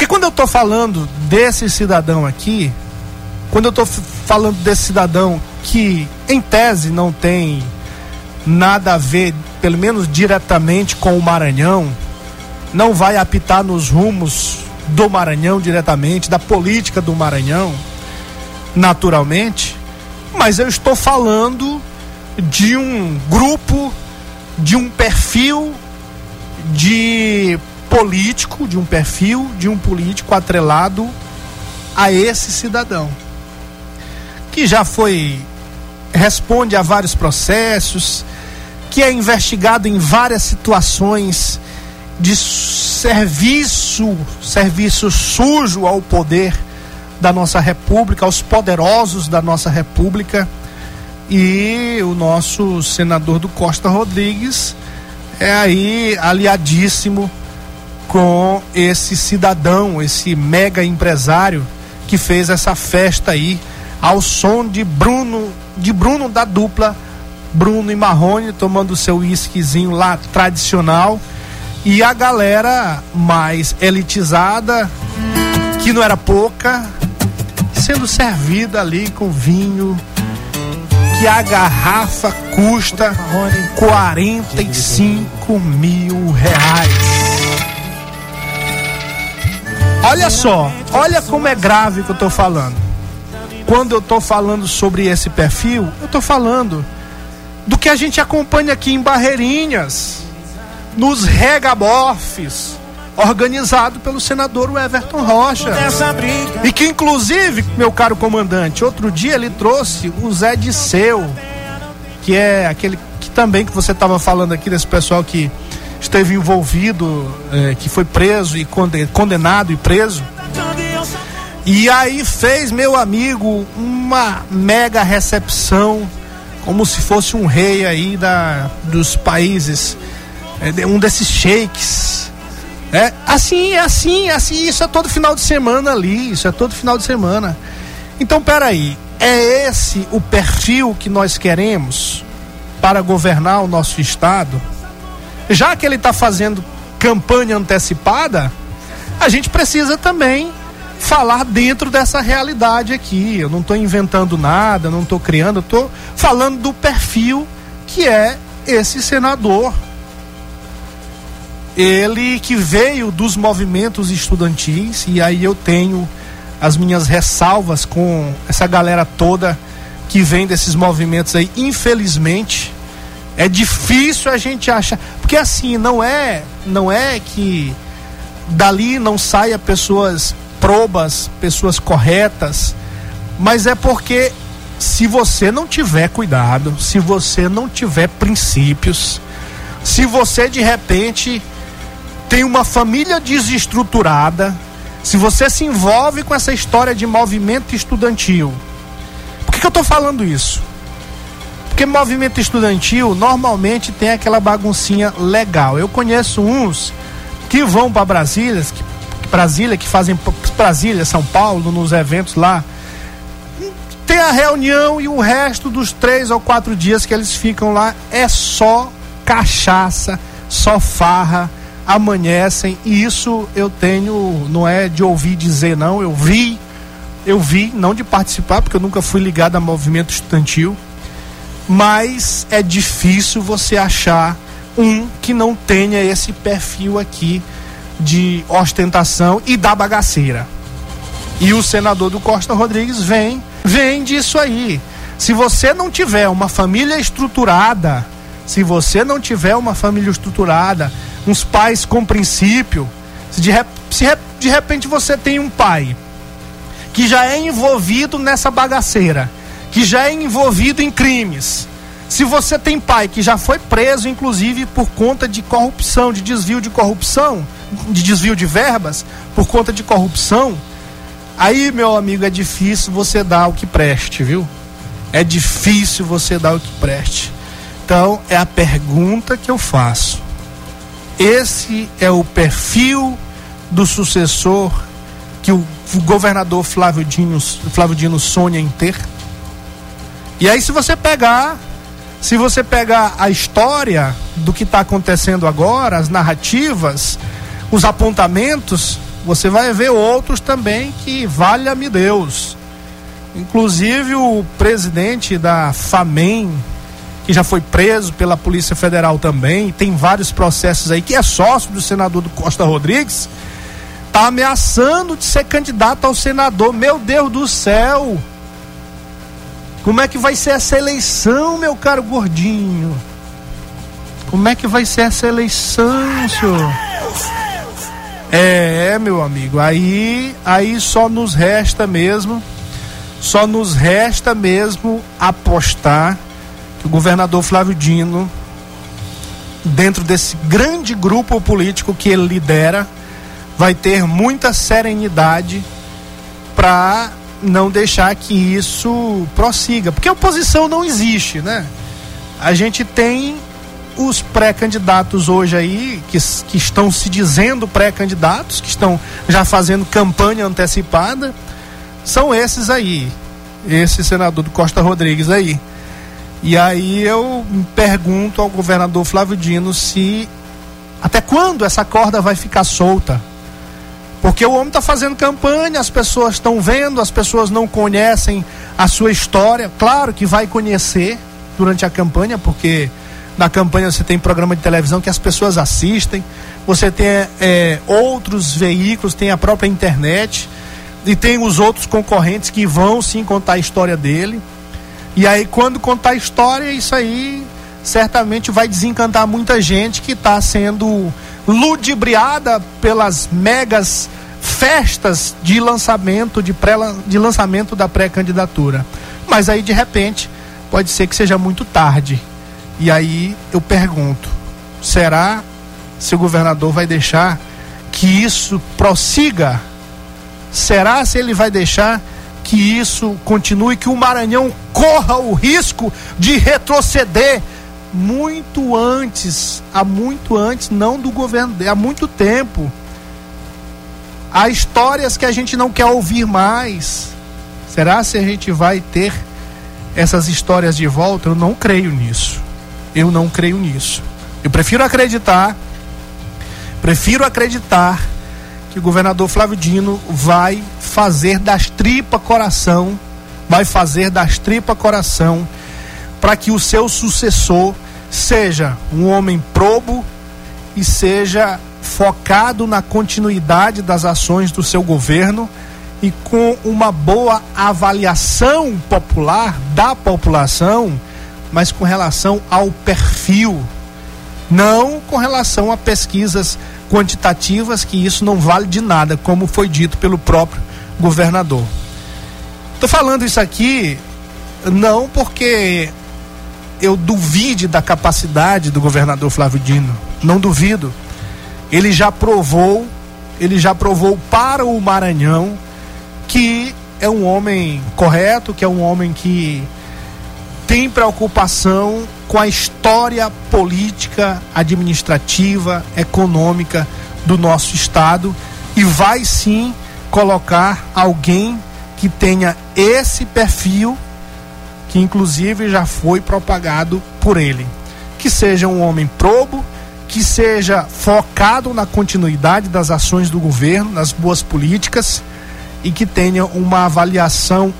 S2: Porque quando eu estou falando desse cidadão aqui, quando eu estou f- falando desse cidadão que, em tese, não tem nada a ver, pelo menos diretamente, com o Maranhão, não vai apitar nos rumos do Maranhão diretamente, da política do Maranhão, naturalmente, mas eu estou falando de um grupo, de um perfil de político, de um perfil de um político atrelado a esse cidadão, que já foi, responde a vários processos, que é investigado em várias situações de serviço, serviço sujo ao poder da nossa república, aos poderosos da nossa república. E o nosso senador do Costa Rodrigues é aí aliadíssimo com esse cidadão, esse mega empresário que fez essa festa aí ao som de Bruno, de Bruno da dupla Bruno e Marrone, tomando seu whiskyzinho lá tradicional, e a galera mais elitizada, que não era pouca, sendo servida ali com vinho, que a garrafa custa quarenta e cinco mil reais. Olha só, olha como é grave que eu tô falando. Quando eu tô falando sobre esse perfil, eu tô falando do que a gente acompanha aqui em Barreirinhas, nos regabofes, organizado pelo senador Everton Rocha. E que, inclusive, meu caro comandante, outro dia ele trouxe o Zé Disseu, que é aquele que também que você estava falando aqui, desse pessoal que esteve envolvido, eh, que foi preso e condenado e preso. E aí fez, meu amigo, uma mega recepção, como se fosse um rei aí da, dos países, é, um desses sheiks. É assim, é assim, é assim, isso é todo final de semana ali, isso é todo final de semana. Então, peraí, é esse o perfil que nós queremos para governar o nosso estado? Já que ele está fazendo campanha antecipada, a gente precisa também falar dentro dessa realidade aqui. Eu não estou inventando nada, não estou criando, eu estou falando do perfil que é esse senador. Ele que veio dos movimentos estudantis, e aí eu tenho as minhas ressalvas com essa galera toda que vem desses movimentos aí. Infelizmente, é difícil a gente achar, porque assim, não é, não é que dali não saia pessoas probas, pessoas corretas, mas é porque se você não tiver cuidado, se você não tiver princípios, se você de repente tem uma família desestruturada, se você se envolve com essa história de movimento estudantil. Por que que eu tô falando isso? Porque movimento estudantil normalmente tem aquela baguncinha legal. Eu conheço uns que vão para Brasília, que, Brasília, que fazem Brasília, São Paulo, nos eventos lá. Tem a reunião e o resto dos três ou quatro dias que eles ficam lá é só cachaça, só farra, amanhecem. E isso eu tenho, não é de ouvir dizer não, eu vi, eu vi, não de participar, porque eu nunca fui ligado a movimento estudantil, mas é difícil você achar um que não tenha esse perfil aqui de ostentação e da bagaceira. E o senador do Costa Rodrigues vem, vem disso aí. Se você não tiver uma família estruturada, se você não tiver uma família estruturada, uns pais com princípio, se de, se de repente você tem um pai que já é envolvido nessa bagaceira, que já é envolvido em crimes, se você tem pai que já foi preso, inclusive, por conta de corrupção, de desvio de corrupção, de desvio de verbas, por conta de corrupção, aí, meu amigo, é difícil você dar o que preste, viu? É difícil você dar o que preste. Então, é a pergunta que eu faço. Esse é o perfil do sucessor que o governador Flávio Dino, Flávio Dino sonha em ter? E aí, se você pegar, se você pegar a história do que está acontecendo agora, as narrativas, os apontamentos, você vai ver outros também que, valha-me Deus. Inclusive o presidente da FAMEM, que já foi preso pela Polícia Federal também, tem vários processos aí, que é sócio do senador do Costa Rodrigues, tá ameaçando de ser candidato ao senador. Meu Deus do céu! Como é que vai ser essa eleição, meu caro gordinho? Como é que vai ser essa eleição, senhor? É, meu amigo, aí, aí só nos resta mesmo, só nos resta mesmo apostar que o governador Flávio Dino, dentro desse grande grupo político que ele lidera, vai ter muita serenidade para não deixar que isso prossiga, porque a oposição não existe, né? A gente tem os pré-candidatos hoje aí, que, que estão se dizendo pré-candidatos, que estão já fazendo campanha antecipada, são esses aí, esse senador do Costa Rodrigues aí. E aí eu me pergunto ao governador Flávio Dino se até quando essa corda vai ficar solta, porque o homem está fazendo campanha, as pessoas estão vendo, as pessoas não conhecem a sua história. Claro que vai conhecer durante a campanha, porque na campanha você tem programa de televisão que as pessoas assistem, você tem é, outros veículos, tem a própria internet e tem os outros concorrentes que vão sim contar a história dele. E aí quando contar a história, isso aí certamente vai desencantar muita gente que está sendo ludibriada pelas megas festas de lançamento, de, pré, de lançamento da pré-candidatura. Mas aí de repente pode ser que seja muito tarde. E aí eu pergunto, será se o governador vai deixar que isso prossiga? Será se ele vai deixar que isso continue, que o Maranhão corra o risco de retroceder muito antes, há muito antes, não do governo, há muito tempo. Há histórias que a gente não quer ouvir mais. Será se a gente vai ter essas histórias de volta? Eu não creio nisso. Eu não creio nisso. Eu prefiro acreditar, prefiro acreditar que o governador Flávio Dino vai fazer das tripas coração, vai fazer das tripas coração, para que o seu sucessor seja um homem probo e seja focado na continuidade das ações do seu governo e com uma boa avaliação popular da população, mas com relação ao perfil, não com relação a pesquisas quantitativas, que isso não vale de nada, como foi dito pelo próprio governador. Estou falando isso aqui não porque eu duvide da capacidade do governador Flávio Dino, não duvido. Ele já provou, ele já provou para o Maranhão que é um homem correto, que é um homem que tem preocupação com a história política, administrativa, econômica do nosso estado, e vai sim colocar alguém que tenha esse perfil, que inclusive já foi propagado por ele, que seja um homem probo, que seja focado na continuidade das ações do governo, nas boas políticas, e que tenha uma avaliação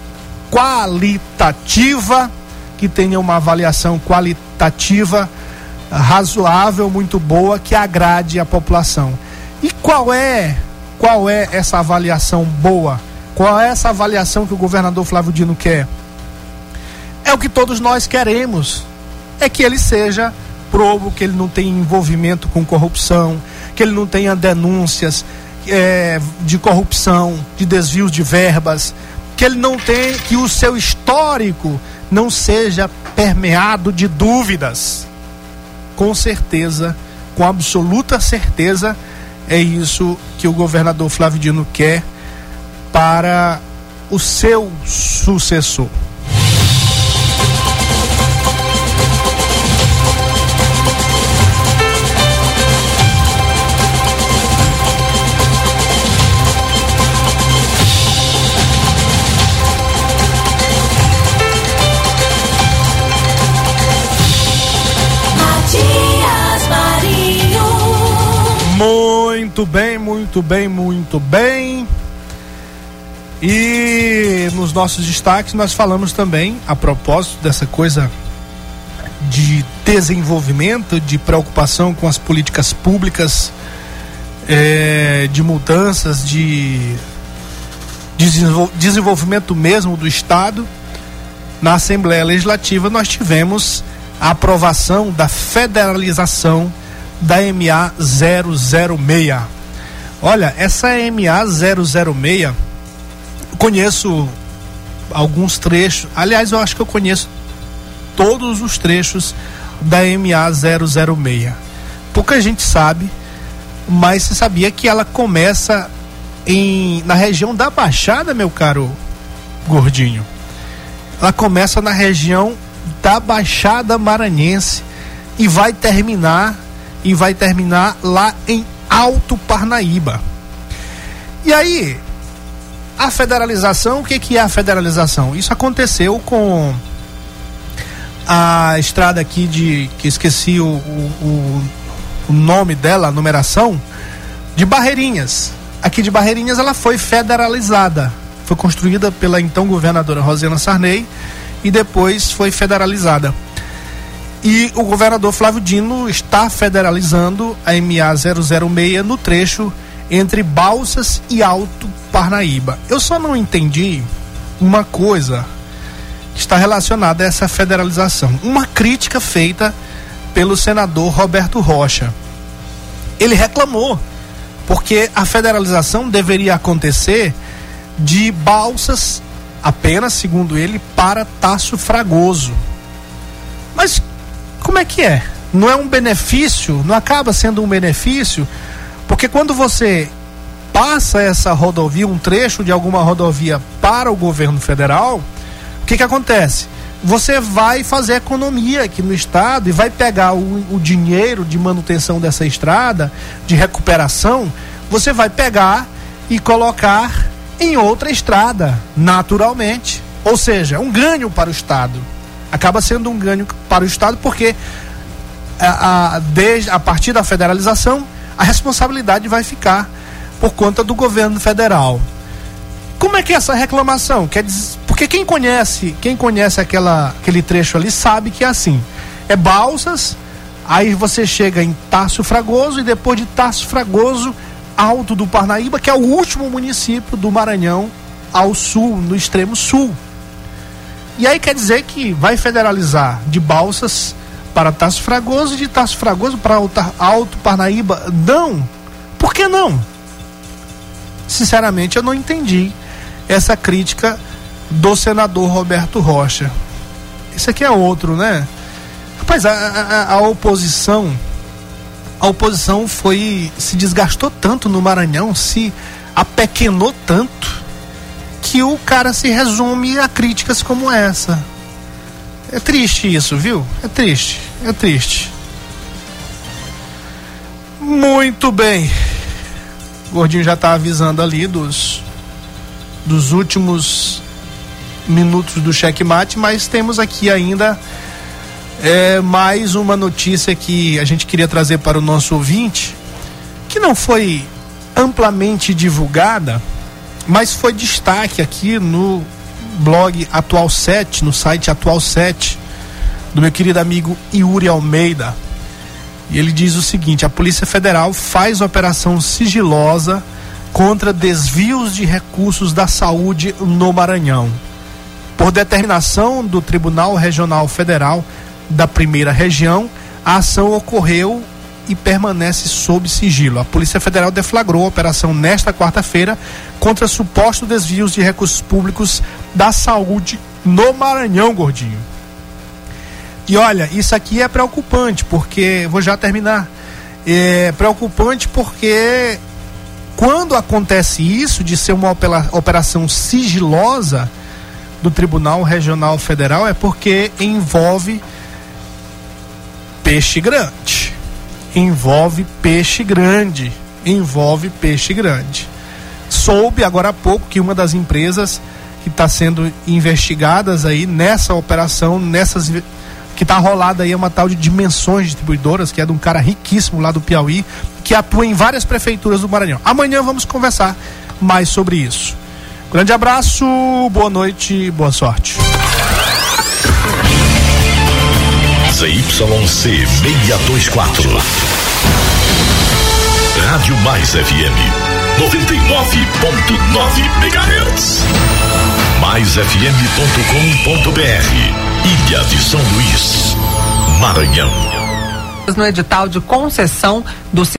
S2: qualitativa, que tenha uma avaliação qualitativa razoável, muito boa, que agrade a população. E qual é, qual é essa avaliação boa? Qual é essa avaliação que o governador Flávio Dino quer? É o que todos nós queremos, é que ele seja probo, que ele não tenha envolvimento com corrupção, que ele não tenha denúncias é, de corrupção, de desvios de verbas, que ele não tenha, que o seu histórico não seja permeado de dúvidas. Com certeza, com absoluta certeza, é isso que o governador Flávio Dino quer para o seu sucessor. Muito bem, muito bem, muito bem. E nos nossos destaques nós falamos também, a propósito dessa coisa de desenvolvimento, de preocupação com as políticas públicas, é, de mudanças, de desenvolvimento mesmo do Estado. Na Assembleia Legislativa nós tivemos a aprovação da federalização da M A zero zero seis. Olha, essa M A zero zero seis, eu conheço alguns trechos, aliás eu acho que eu conheço todos os trechos da M A zero zero seis. Pouca gente sabe, mas você sabia que ela começa em, na região da Baixada, meu caro Gordinho? Ela começa na região da Baixada Maranhense e vai terminar e vai terminar lá em Alto Parnaíba. E aí, a federalização, o que que é a federalização? Isso aconteceu com a estrada aqui de, que esqueci o, o, o nome dela, a numeração, de Barreirinhas. Aqui de Barreirinhas ela foi federalizada. Foi construída pela então governadora Rosiana Sarney e depois foi federalizada. E o governador Flávio Dino está federalizando a M A zero zero seis no trecho entre Balsas e Alto Parnaíba. Eu só não entendi uma coisa que está relacionada a essa federalização. Uma crítica feita pelo senador Roberto Rocha. Ele reclamou porque a federalização deveria acontecer de Balsas apenas, segundo ele, para Tasso Fragoso. Mas como é que é? Não é um benefício? Não acaba sendo um benefício? Porque quando você passa essa rodovia, um trecho de alguma rodovia para o governo federal, o que que acontece? Você vai fazer economia aqui no estado e vai pegar o, o dinheiro de manutenção dessa estrada, de recuperação, você vai pegar e colocar em outra estrada, naturalmente. Ou seja, um ganho para o estado. Acaba sendo um ganho para o estado porque a, a, desde, a partir da federalização a responsabilidade vai ficar por conta do governo federal. Como é que é essa reclamação? Quer dizer, porque quem conhece, quem conhece aquela, aquele trecho ali sabe que é assim. É Balsas, aí você chega em Tasso Fragoso e depois de Tasso Fragoso, Alto do Parnaíba, que é o último município do Maranhão ao sul, no extremo sul. E aí quer dizer que vai federalizar de Balsas para Tasso Fragoso e de Tasso Fragoso para Alto Parnaíba? Não. Por que não? Sinceramente, eu não entendi essa crítica do senador Roberto Rocha. Esse aqui é outro, né? Rapaz, a, a, a oposição, a oposição foi, se desgastou tanto no Maranhão, se apequenou tanto, que o cara se resume a críticas como essa. É triste isso, viu? É triste, é triste. Muito bem. O Gordinho já está avisando ali dos, dos últimos minutos do checkmate, mas temos aqui ainda é, mais uma notícia que a gente queria trazer para o nosso ouvinte, que não foi amplamente divulgada, mas foi destaque aqui no blog Atual sete, no site Atual sete, do meu querido amigo Yuri Almeida. E ele diz o seguinte: a Polícia Federal faz operação sigilosa contra desvios de recursos da saúde no Maranhão. Por determinação do Tribunal Regional Federal da Primeira Região, a ação ocorreu e permanece sob sigilo. A Polícia Federal deflagrou a operação nesta quarta-feira contra supostos desvios de recursos públicos da saúde no Maranhão, Gordinho. E olha, isso aqui é preocupante, porque, vou já terminar, é preocupante porque quando acontece isso, de ser uma operação sigilosa do Tribunal Regional Federal, é porque envolve peixe grande. Envolve peixe grande. Envolve peixe grande. Soube agora há pouco que uma das empresas que está sendo investigadas aí nessa operação, nessas que tá rolada aí é uma tal de Dimensões Distribuidoras, que é de um cara riquíssimo lá do Piauí, que atua em várias prefeituras do Maranhão. Amanhã vamos conversar mais sobre isso. Grande abraço, boa noite, boa sorte.
S1: Z Y C seiscentos e vinte e quatro. Rádio Mais F M noventa e nove ponto nove megahertz. mais f m ponto com ponto b r. Ilha de São Luís, Maranhão.
S10: No edital de concessão do